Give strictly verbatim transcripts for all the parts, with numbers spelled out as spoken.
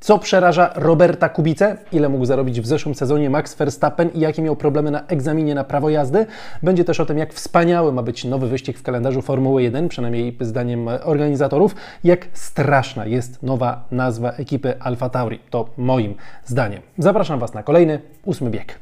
Co przeraża Roberta Kubicę? Ile mógł zarobić w zeszłym sezonie Max Verstappen i jakie miał problemy na egzaminie na prawo jazdy? Będzie też o tym, jak wspaniały ma być nowy wyścig w kalendarzu Formuły jeden, przynajmniej zdaniem organizatorów, jak straszna jest nowa nazwa ekipy Alfa Tauri. To moim zdaniem. Zapraszam Was na kolejny, ósmy bieg.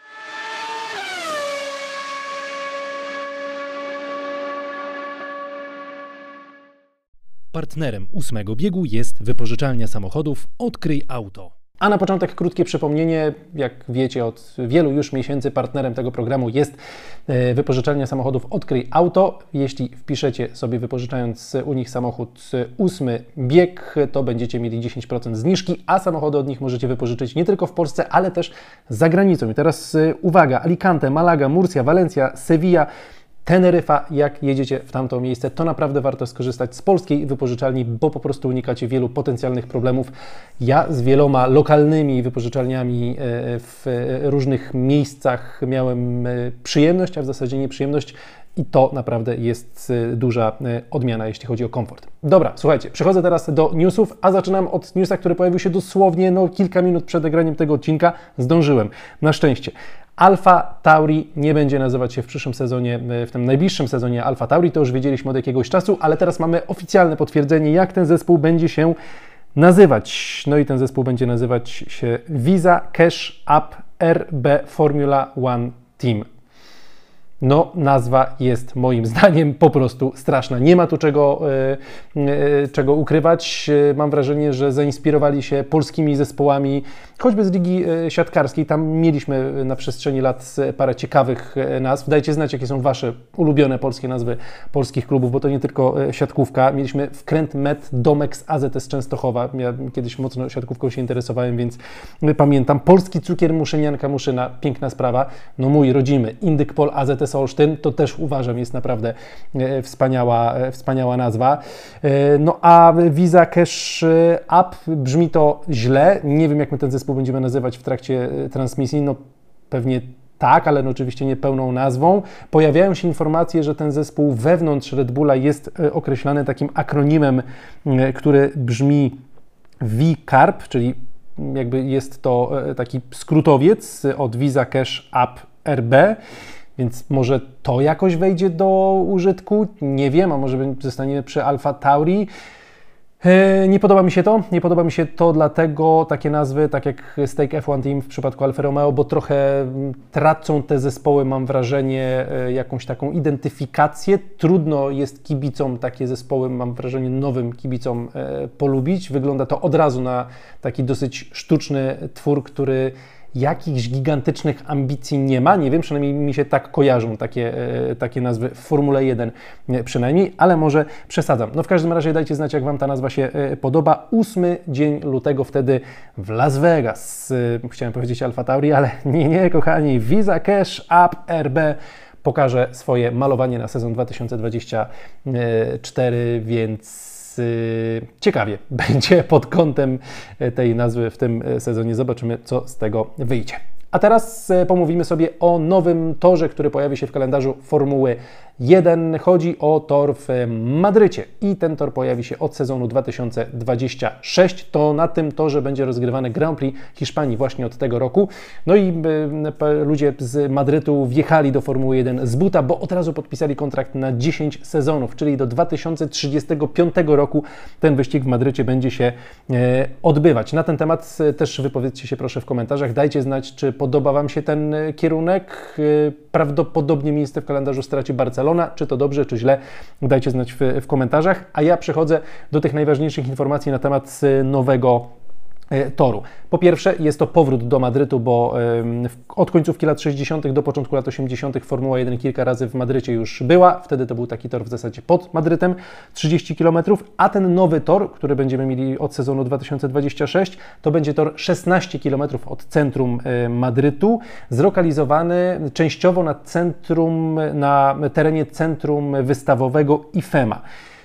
Partnerem ósmego biegu jest wypożyczalnia samochodów Odkryj Auto. A na początek krótkie przypomnienie, jak wiecie od wielu już miesięcy partnerem tego programu jest wypożyczalnia samochodów Odkryj Auto. Jeśli wpiszecie sobie wypożyczając u nich samochód ósmy bieg, to będziecie mieli dziesięć procent zniżki, a samochody od nich możecie wypożyczyć nie tylko w Polsce, ale też za granicą. I teraz uwaga, Alicante, Malaga, Murcia, Valencia, Sevilla, Teneryfa, jak jedziecie w tamto miejsce, to naprawdę warto skorzystać z polskiej wypożyczalni, bo po prostu unikacie wielu potencjalnych problemów. Ja z wieloma lokalnymi wypożyczalniami w różnych miejscach miałem przyjemność, a w zasadzie nieprzyjemność i to naprawdę jest duża odmiana, jeśli chodzi o komfort. Dobra, słuchajcie, przechodzę teraz do newsów, a zaczynam od newsa, który pojawił się dosłownie no, kilka minut przed nagraniem tego odcinka. Zdążyłem, na szczęście. Alfa Tauri nie będzie nazywać się w przyszłym sezonie, w tym najbliższym sezonie Alfa Tauri, to już wiedzieliśmy od jakiegoś czasu, ale teraz mamy oficjalne potwierdzenie, jak ten zespół będzie się nazywać. No i ten zespół będzie nazywać się Visa Cash App R B Formula One Team. No, nazwa jest moim zdaniem po prostu straszna. Nie ma tu czego, yy, yy, czego ukrywać. Yy, mam wrażenie, że zainspirowali się polskimi zespołami, choćby z ligi yy, siatkarskiej. Tam mieliśmy na przestrzeni lat parę ciekawych yy, nazw. Dajcie znać, jakie są Wasze ulubione polskie nazwy polskich klubów, bo to nie tylko yy, siatkówka. Mieliśmy Wkręt Met, Domex, A Z S Częstochowa. Ja kiedyś mocno siatkówką się interesowałem, więc yy, pamiętam. Polski Cukier Muszynianka Muszyna, piękna sprawa. No mój rodzimy, Indyk Pol, A Z S Olsztyn, to też uważam jest naprawdę e, wspaniała, e, wspaniała nazwa. E, no a Visa Cash App brzmi to źle. Nie wiem, jak my ten zespół będziemy nazywać w trakcie e, transmisji. No pewnie tak, ale no, oczywiście nie pełną nazwą. Pojawiają się informacje, że ten zespół wewnątrz Red Bulla jest e, określany takim akronimem, e, który brzmi V CARP, czyli jakby jest to e, taki skrótowiec od Visa Cash App R B. Więc może to jakoś wejdzie do użytku? Nie wiem, a może zostaniemy przy Alfa Tauri. Nie podoba mi się to. Nie podoba mi się to dlatego takie nazwy, tak jak Stake F jeden Team w przypadku Alfa Romeo, bo trochę tracą te zespoły, mam wrażenie, jakąś taką identyfikację. Trudno jest kibicom takie zespoły, mam wrażenie, nowym kibicom polubić. Wygląda to od razu na taki dosyć sztuczny twór, który jakichś gigantycznych ambicji nie ma. Nie wiem, przynajmniej mi się tak kojarzą takie, e, takie nazwy w Formule jeden e, przynajmniej, ale może przesadzam. No w każdym razie dajcie znać, jak Wam ta nazwa się e, podoba. ósmy dzień lutego, wtedy w Las Vegas. E, chciałem powiedzieć Alfa Tauri, ale nie, nie, kochani. Visa Cash App R B pokaże swoje malowanie na sezon dwa tysiące dwudziesty czwarty, więc ciekawie będzie pod kątem tej nazwy w tym sezonie. Zobaczymy, co z tego wyjdzie. A teraz pomówimy sobie o nowym torze, który pojawi się w kalendarzu Formuły jeden. Chodzi o tor w Madrycie i ten tor pojawi się od sezonu dwa tysiące dwudziestego szóstego. To na tym torze będzie rozgrywany Grand Prix Hiszpanii właśnie od tego roku. No i y, ludzie z Madrytu wjechali do Formuły jeden z buta, bo od razu podpisali kontrakt na dziesięć sezonów, czyli do dwa tysiące trzydziestego piątego roku ten wyścig w Madrycie będzie się y, odbywać. Na ten temat y, też wypowiedzcie się proszę w komentarzach. Dajcie znać, czy podoba Wam się ten y, kierunek. Y, prawdopodobnie miejsce w kalendarzu straci Barcelona. Czy to dobrze, czy źle? Dajcie znać w, w komentarzach. A ja przechodzę do tych najważniejszych informacji na temat nowego toru. Po pierwsze, jest to powrót do Madrytu, bo od końcówki lat sześćdziesiątych do początku lat osiemdziesiątych Formuła jeden kilka razy w Madrycie już była. Wtedy to był taki tor w zasadzie pod Madrytem, trzydzieści kilometrów, a ten nowy tor, który będziemy mieli od sezonu dwa tysiące dwudziestego szóstego, to będzie tor szesnaście kilometrów od centrum Madrytu, zlokalizowany częściowo na centrum, na terenie centrum wystawowego I F E M A.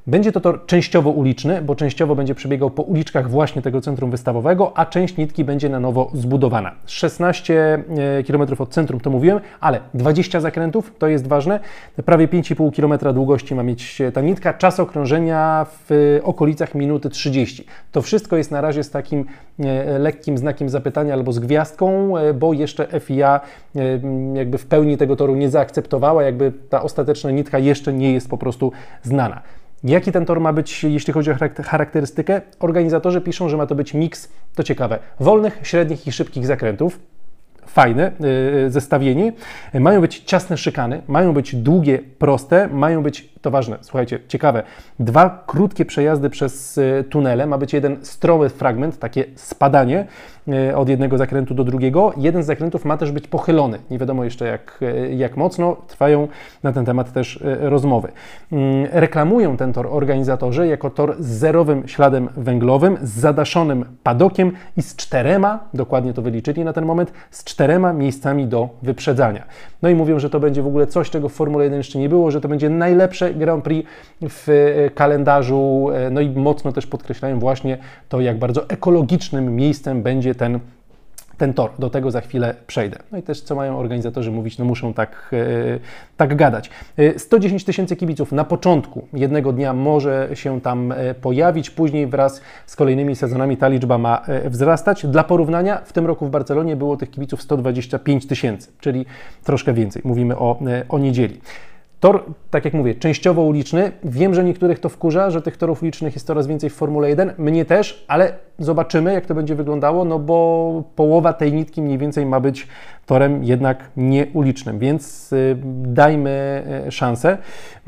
Będzie to tor częściowo uliczny, bo częściowo będzie przebiegał po uliczkach właśnie tego centrum wystawowego, a część nitki będzie na nowo zbudowana. szesnaście kilometrów od centrum to mówiłem, ale dwadzieścia zakrętów, to jest ważne. Prawie pięć i pół kilometra długości ma mieć ta nitka, czas okrążenia w okolicach minuty trzydzieści. To wszystko jest na razie z takim lekkim znakiem zapytania albo z gwiazdką, bo jeszcze F I A jakby w pełni tego toru nie zaakceptowała, jakby ta ostateczna nitka jeszcze nie jest po prostu znana. Jaki ten tor ma być, jeśli chodzi o charakterystykę? Organizatorzy piszą, że ma to być miks, to ciekawe, wolnych, średnich i szybkich zakrętów. Fajne yy, zestawienie. Mają być ciasne szykany, mają być długie, proste, mają być, to ważne, słuchajcie, ciekawe, dwa krótkie przejazdy przez y, tunele, ma być jeden stromy fragment, takie spadanie y, od jednego zakrętu do drugiego. Jeden z zakrętów ma też być pochylony. Nie wiadomo jeszcze jak, y, jak mocno, trwają na ten temat też y, rozmowy. Y, reklamują ten tor organizatorzy jako tor z zerowym śladem węglowym, z zadaszonym padokiem i z czterema, dokładnie to wyliczyli na ten moment, z czterema miejscami do wyprzedzania. No i mówią, że to będzie w ogóle coś, czego w Formule jeden jeszcze nie było, że to będzie najlepsze Grand Prix w kalendarzu, no i mocno też podkreślają właśnie to, jak bardzo ekologicznym miejscem będzie ten ten tor. Do tego za chwilę przejdę. No i też co mają organizatorzy mówić, no muszą tak, yy, tak gadać. sto dziesięć tysięcy kibiców na początku jednego dnia może się tam pojawić, później wraz z kolejnymi sezonami ta liczba ma wzrastać. Dla porównania w tym roku w Barcelonie było tych kibiców sto dwadzieścia pięć tysięcy, czyli troszkę więcej. Mówimy o, o niedzieli. Tor, tak jak mówię, częściowo uliczny. Wiem, że niektórych to wkurza, że tych torów ulicznych jest coraz więcej w Formule jeden. Mnie też, ale zobaczymy, jak to będzie wyglądało, no bo połowa tej nitki mniej więcej ma być torem jednak nieulicznym, więc y, dajmy y, szansę.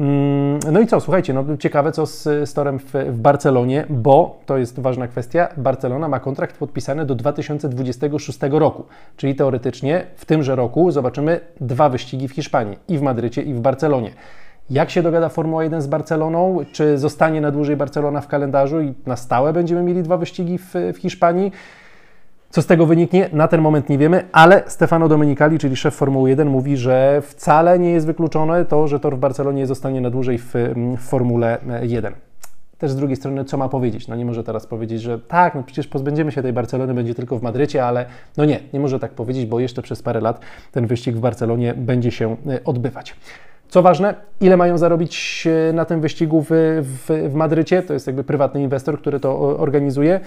Mm, no i co, słuchajcie, no ciekawe co z, z torem w, w Barcelonie, bo to jest ważna kwestia. Barcelona ma kontrakt podpisany do dwa tysiące dwudziestego szóstego roku, czyli teoretycznie w tymże roku zobaczymy dwa wyścigi w Hiszpanii, i w Madrycie, i w Barcelonie. Jak się dogada Formuła jeden z Barceloną? Czy zostanie na dłużej Barcelona w kalendarzu i na stałe będziemy mieli dwa wyścigi w, w Hiszpanii? Co z tego wyniknie? Na ten moment nie wiemy, ale Stefano Domenicali, czyli szef Formuły jeden, mówi, że wcale nie jest wykluczone to, że tor w Barcelonie zostanie na dłużej w, w Formule jeden. Też z drugiej strony, co ma powiedzieć? No nie może teraz powiedzieć, że tak, no przecież pozbędziemy się tej Barcelony, będzie tylko w Madrycie, ale no nie, nie może tak powiedzieć, bo jeszcze przez parę lat ten wyścig w Barcelonie będzie się odbywać. Co ważne, ile mają zarobić na tym wyścigu w, w, w Madrycie? To jest jakby prywatny inwestor, który to organizuje.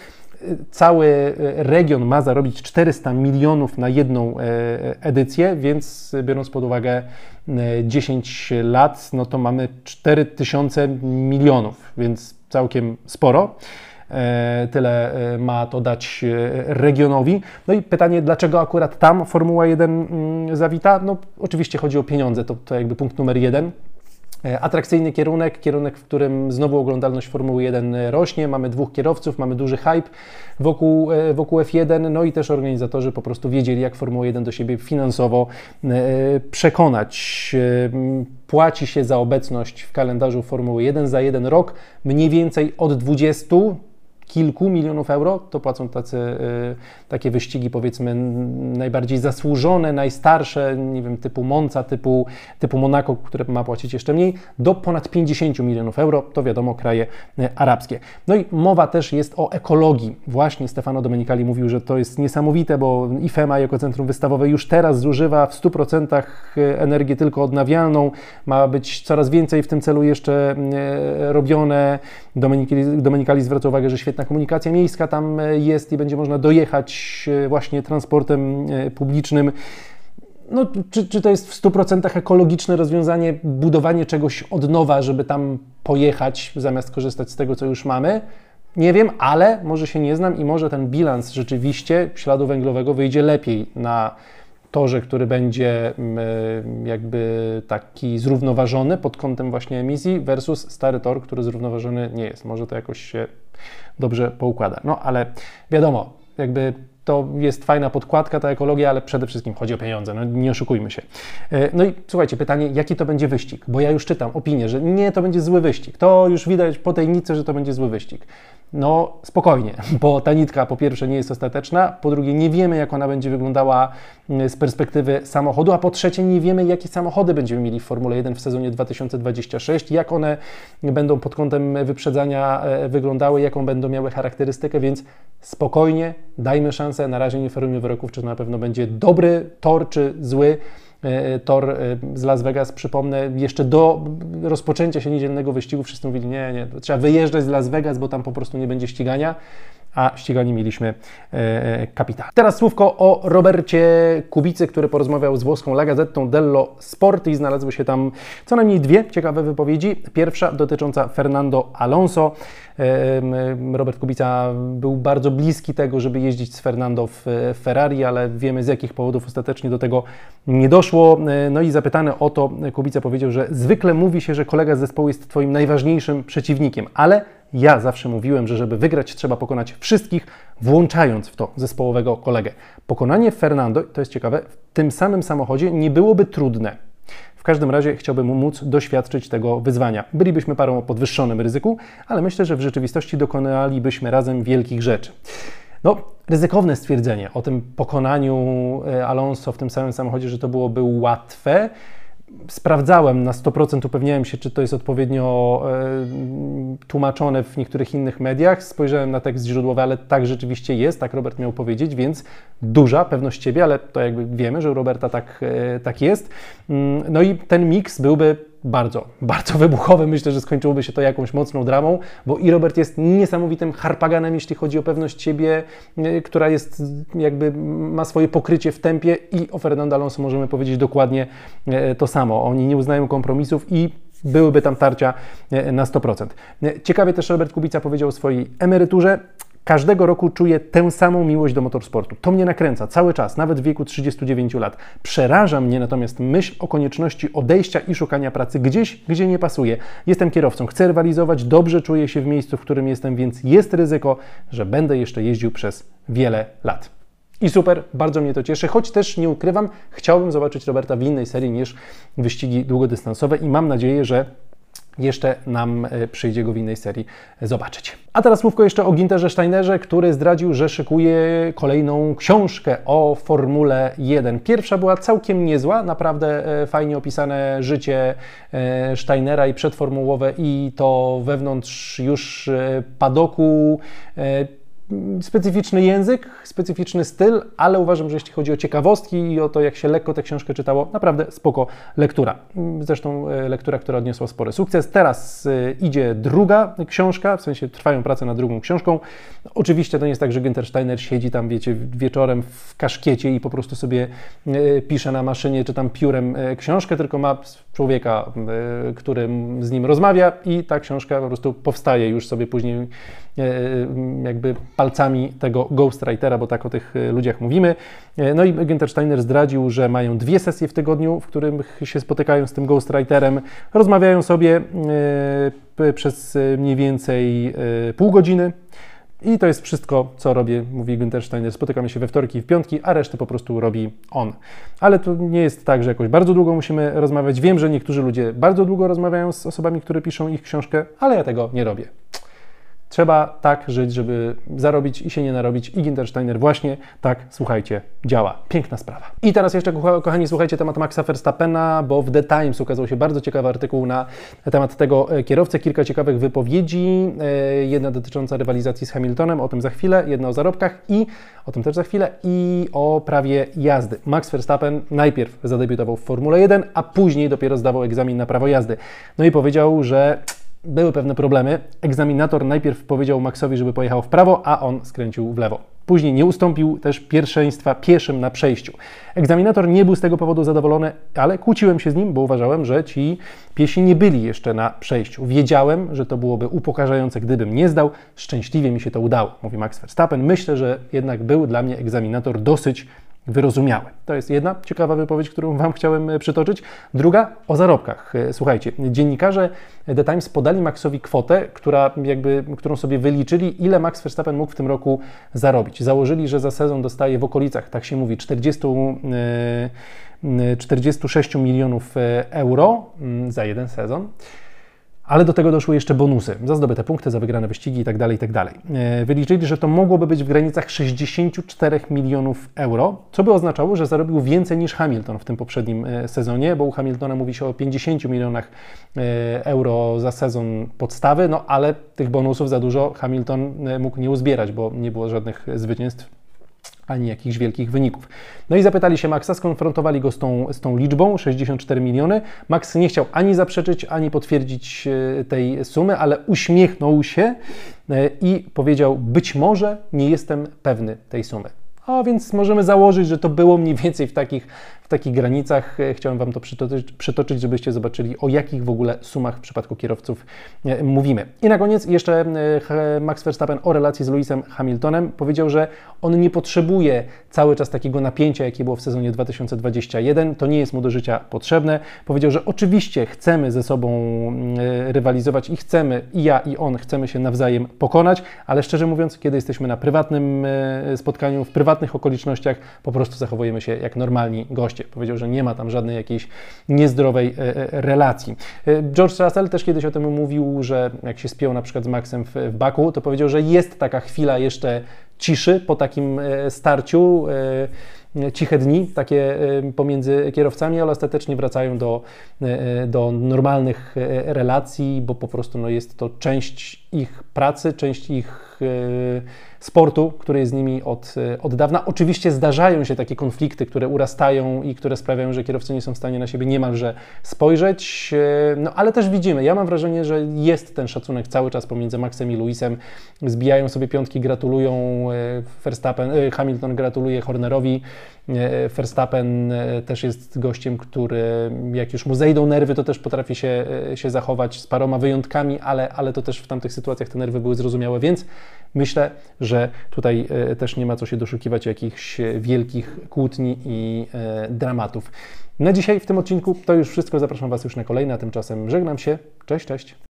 Cały region ma zarobić czterysta milionów na jedną edycję, więc biorąc pod uwagę dziesięć lat, no to mamy cztery tysiące milionów, więc całkiem sporo. Tyle ma to dać regionowi. No i pytanie, dlaczego akurat tam Formuła jeden zawita? No oczywiście chodzi o pieniądze, to, to jakby punkt numer jeden. Atrakcyjny kierunek, kierunek, w którym znowu oglądalność Formuły jeden rośnie, mamy dwóch kierowców, mamy duży hype wokół, wokół F jeden, no i też organizatorzy po prostu wiedzieli, jak Formułę jeden do siebie finansowo przekonać. Płaci się za obecność w kalendarzu Formuły jeden za jeden rok mniej więcej od dwudziestu kilku milionów euro, to płacą tacy, y, takie wyścigi, powiedzmy, najbardziej zasłużone, najstarsze, nie wiem, typu Monza, typu, typu Monaco, które ma płacić jeszcze mniej, do ponad pięćdziesięciu milionów euro, to wiadomo, kraje y, arabskie. No i mowa też jest o ekologii. Właśnie Stefano Domenicali mówił, że to jest niesamowite, bo IFEMA jako centrum wystawowe już teraz zużywa w stu procentach energię tylko odnawialną, ma być coraz więcej w tym celu jeszcze y, robione. Domenicali, Domenicali zwraca uwagę, że świetna komunikacja miejska tam jest i będzie można dojechać właśnie transportem publicznym. No, czy, czy to jest w stu procentach ekologiczne rozwiązanie, budowanie czegoś od nowa, żeby tam pojechać, zamiast korzystać z tego, co już mamy? Nie wiem, ale może się nie znam i może ten bilans rzeczywiście śladu węglowego wyjdzie lepiej na torze, który będzie jakby taki zrównoważony pod kątem właśnie emisji versus stary tor, który zrównoważony nie jest. Może to jakoś się dobrze poukłada. No ale wiadomo, jakby to jest fajna podkładka, ta ekologia, ale przede wszystkim chodzi o pieniądze, no nie oszukujmy się. No i słuchajcie, pytanie, jaki to będzie wyścig? Bo ja już czytam opinię, że nie, to będzie zły wyścig. To już widać po tej nitce, że to będzie zły wyścig. No spokojnie, bo ta nitka po pierwsze nie jest ostateczna, po drugie nie wiemy, jak ona będzie wyglądała z perspektywy samochodu, a po trzecie nie wiemy, jakie samochody będziemy mieli w Formule jeden w sezonie dwa tysiące dwudziestym trzecim, jak one będą pod kątem wyprzedzania wyglądały, jaką będą miały charakterystykę, więc spokojnie, dajmy szansę, na razie nie ferujmy wyroków, czy to na pewno będzie dobry tor, czy zły. Tor z Las Vegas, przypomnę, jeszcze do rozpoczęcia się niedzielnego wyścigu wszyscy mówili, nie, nie, trzeba wyjeżdżać z Las Vegas, bo tam po prostu nie będzie ścigania, a ściganie mieliśmy e, kapitalnie. Teraz słówko o Robercie Kubicy, który porozmawiał z włoską La Gazzettą dello Sport i znalazły się tam co najmniej dwie ciekawe wypowiedzi. Pierwsza dotycząca Fernando Alonso. E, Robert Kubica był bardzo bliski tego, żeby jeździć z Fernando w Ferrari, ale wiemy, z jakich powodów ostatecznie do tego nie doszło. E, no i zapytany o to, Kubica powiedział, że zwykle mówi się, że kolega z zespołu jest twoim najważniejszym przeciwnikiem, ale ja zawsze mówiłem, że żeby wygrać, trzeba pokonać wszystkich, włączając w to zespołowego kolegę. Pokonanie Fernando, to jest ciekawe, w tym samym samochodzie nie byłoby trudne. W każdym razie chciałbym mu móc doświadczyć tego wyzwania. Bylibyśmy parą o podwyższonym ryzyku, ale myślę, że w rzeczywistości dokonalibyśmy razem wielkich rzeczy. No, ryzykowne stwierdzenie o tym pokonaniu Alonso w tym samym samochodzie, że to byłoby łatwe. Sprawdzałem na sto procent, upewniałem się, czy to jest odpowiednio e, tłumaczone w niektórych innych mediach. Spojrzałem na tekst źródłowy, ale tak rzeczywiście jest, tak Robert miał powiedzieć, więc duża pewność siebie, ale to jakby wiemy, że u Roberta tak, e, tak jest. No i ten miks byłby bardzo, bardzo wybuchowy. Myślę, że skończyłoby się to jakąś mocną dramą, bo i Robert jest niesamowitym harpaganem, jeśli chodzi o pewność siebie, yy, która jest jakby ma swoje pokrycie w tempie, i o Fernando Alonso możemy powiedzieć dokładnie yy, to samo. Oni nie uznają kompromisów i byłyby tam tarcia yy, na sto procent. Yy, ciekawie też Robert Kubica powiedział o swojej emeryturze. Każdego roku czuję tę samą miłość do motorsportu. To mnie nakręca cały czas, nawet w wieku trzydziestu dziewięciu lat. Przeraża mnie natomiast myśl o konieczności odejścia i szukania pracy gdzieś, gdzie nie pasuje. Jestem kierowcą, chcę rywalizować, dobrze czuję się w miejscu, w którym jestem, więc jest ryzyko, że będę jeszcze jeździł przez wiele lat. I super, bardzo mnie to cieszy, choć też nie ukrywam, chciałbym zobaczyć Roberta w innej serii niż wyścigi długodystansowe i mam nadzieję, że jeszcze nam przyjdzie go w innej serii zobaczyć. A teraz słówko jeszcze o Günterze Steinerze, który zdradził, że szykuje kolejną książkę o Formule jeden. Pierwsza była całkiem niezła, naprawdę fajnie opisane życie Steinera i przedformułowe, i to wewnątrz już padoku. Specyficzny język, specyficzny styl, ale uważam, że jeśli chodzi o ciekawostki i o to, jak się lekko tę książkę czytało, naprawdę spoko lektura. Zresztą lektura, która odniosła spory sukces. Teraz idzie druga książka, w sensie trwają prace nad drugą książką. Oczywiście to nie jest tak, że Günter Steiner siedzi tam, wiecie, wieczorem w kaszkiecie i po prostu sobie pisze na maszynie czy tam piórem książkę, tylko ma człowieka, który z nim rozmawia, i ta książka po prostu powstaje już sobie później jakby palcami tego ghostwritera, bo tak o tych ludziach mówimy. No i Günter Steiner zdradził, że mają dwie sesje w tygodniu, w których się spotykają z tym ghostwriterem, rozmawiają sobie przez mniej więcej pół godziny. I to jest wszystko, co robię, mówi Günter Steiner. Spotykamy się we wtorki i w piątki, a resztę po prostu robi on. Ale to nie jest tak, że jakoś bardzo długo musimy rozmawiać. Wiem, że niektórzy ludzie bardzo długo rozmawiają z osobami, które piszą ich książkę, ale ja tego nie robię. Trzeba tak żyć, żeby zarobić i się nie narobić, i Günter Steiner właśnie tak, słuchajcie, działa. Piękna sprawa. I teraz jeszcze, kochani, słuchajcie, temat Maxa Verstappena, bo w The Times ukazał się bardzo ciekawy artykuł na temat tego kierowcy. Kilka ciekawych wypowiedzi, jedna dotycząca rywalizacji z Hamiltonem, o tym za chwilę, jedna o zarobkach i o tym też za chwilę, i o prawie jazdy. Max Verstappen najpierw zadebiutował w Formule jeden, a później dopiero zdawał egzamin na prawo jazdy. No i powiedział, że były pewne problemy. Egzaminator najpierw powiedział Maxowi, żeby pojechał w prawo, a on skręcił w lewo. Później nie ustąpił też pierwszeństwa pieszym na przejściu. Egzaminator nie był z tego powodu zadowolony, ale kłóciłem się z nim, bo uważałem, że ci piesi nie byli jeszcze na przejściu. Wiedziałem, że to byłoby upokarzające, gdybym nie zdał. Szczęśliwie mi się to udało, mówi Max Verstappen. Myślę, że jednak był dla mnie egzaminator dosyć wyrozumiałe. To jest jedna ciekawa wypowiedź, którą Wam chciałem przytoczyć. Druga o zarobkach. Słuchajcie, dziennikarze The Times podali Maxowi kwotę, która jakby, którą sobie wyliczyli, ile Max Verstappen mógł w tym roku zarobić. Założyli, że za sezon dostaje w okolicach, tak się mówi, czterdzieści sześć milionów euro za jeden sezon. Ale do tego doszły jeszcze bonusy za zdobyte punkty, za wygrane wyścigi itd., itd. Wyliczyli, że to mogłoby być w granicach sześćdziesiąt cztery milionów euro, co by oznaczało, że zarobił więcej niż Hamilton w tym poprzednim sezonie, bo u Hamiltona mówi się o pięćdziesięciu milionach euro za sezon podstawy, no ale tych bonusów za dużo Hamilton mógł nie uzbierać, bo nie było żadnych zwycięstw ani jakichś wielkich wyników. No i zapytali się Maxa, skonfrontowali go z tą, z tą liczbą, sześćdziesiąt cztery miliony. Max nie chciał ani zaprzeczyć, ani potwierdzić tej sumy, ale uśmiechnął się i powiedział, być może nie jestem pewny tej sumy. A więc możemy założyć, że to było mniej więcej w takich, w takich granicach. Chciałem Wam to przytoczyć, przytoczyć, żebyście zobaczyli, o jakich w ogóle sumach w przypadku kierowców mówimy. I na koniec jeszcze Max Verstappen o relacji z Lewisem Hamiltonem powiedział, że on nie potrzebuje cały czas takiego napięcia, jakie było w sezonie dwa tysiące dwudziestym pierwszym. To nie jest mu do życia potrzebne. Powiedział, że oczywiście chcemy ze sobą rywalizować i chcemy, i ja, i on chcemy się nawzajem pokonać, ale szczerze mówiąc, kiedy jesteśmy na prywatnym spotkaniu, w prywatnych okolicznościach, po prostu zachowujemy się jak normalni goście. Powiedział, że nie ma tam żadnej jakiejś niezdrowej relacji. George Russell też kiedyś o tym mówił, że jak się spiął na przykład z Maxem w, w Baku, to powiedział, że jest taka chwila jeszcze ciszy po takim starciu, ciche dni takie pomiędzy kierowcami, ale ostatecznie wracają do, do normalnych relacji, bo po prostu no, jest to część ich pracy, część ich sportu, który jest z nimi od, od dawna. Oczywiście zdarzają się takie konflikty, które urastają i które sprawiają, że kierowcy nie są w stanie na siebie niemalże spojrzeć, no ale też widzimy, ja mam wrażenie, że jest ten szacunek cały czas pomiędzy Maxem i Lewisem, zbijają sobie piątki, gratulują Verstappen, Hamilton gratuluje Hornerowi, Verstappen też jest gościem, który jak już mu zejdą nerwy, to też potrafi się, się zachować z paroma wyjątkami, ale, ale to też w tamtych sytuacjach te nerwy były zrozumiałe, więc myślę, że tutaj też nie ma co się doszukiwać jakichś wielkich kłótni i dramatów. Na dzisiaj w tym odcinku to już wszystko. Zapraszam Was już na kolejne, a tymczasem żegnam się. Cześć, cześć.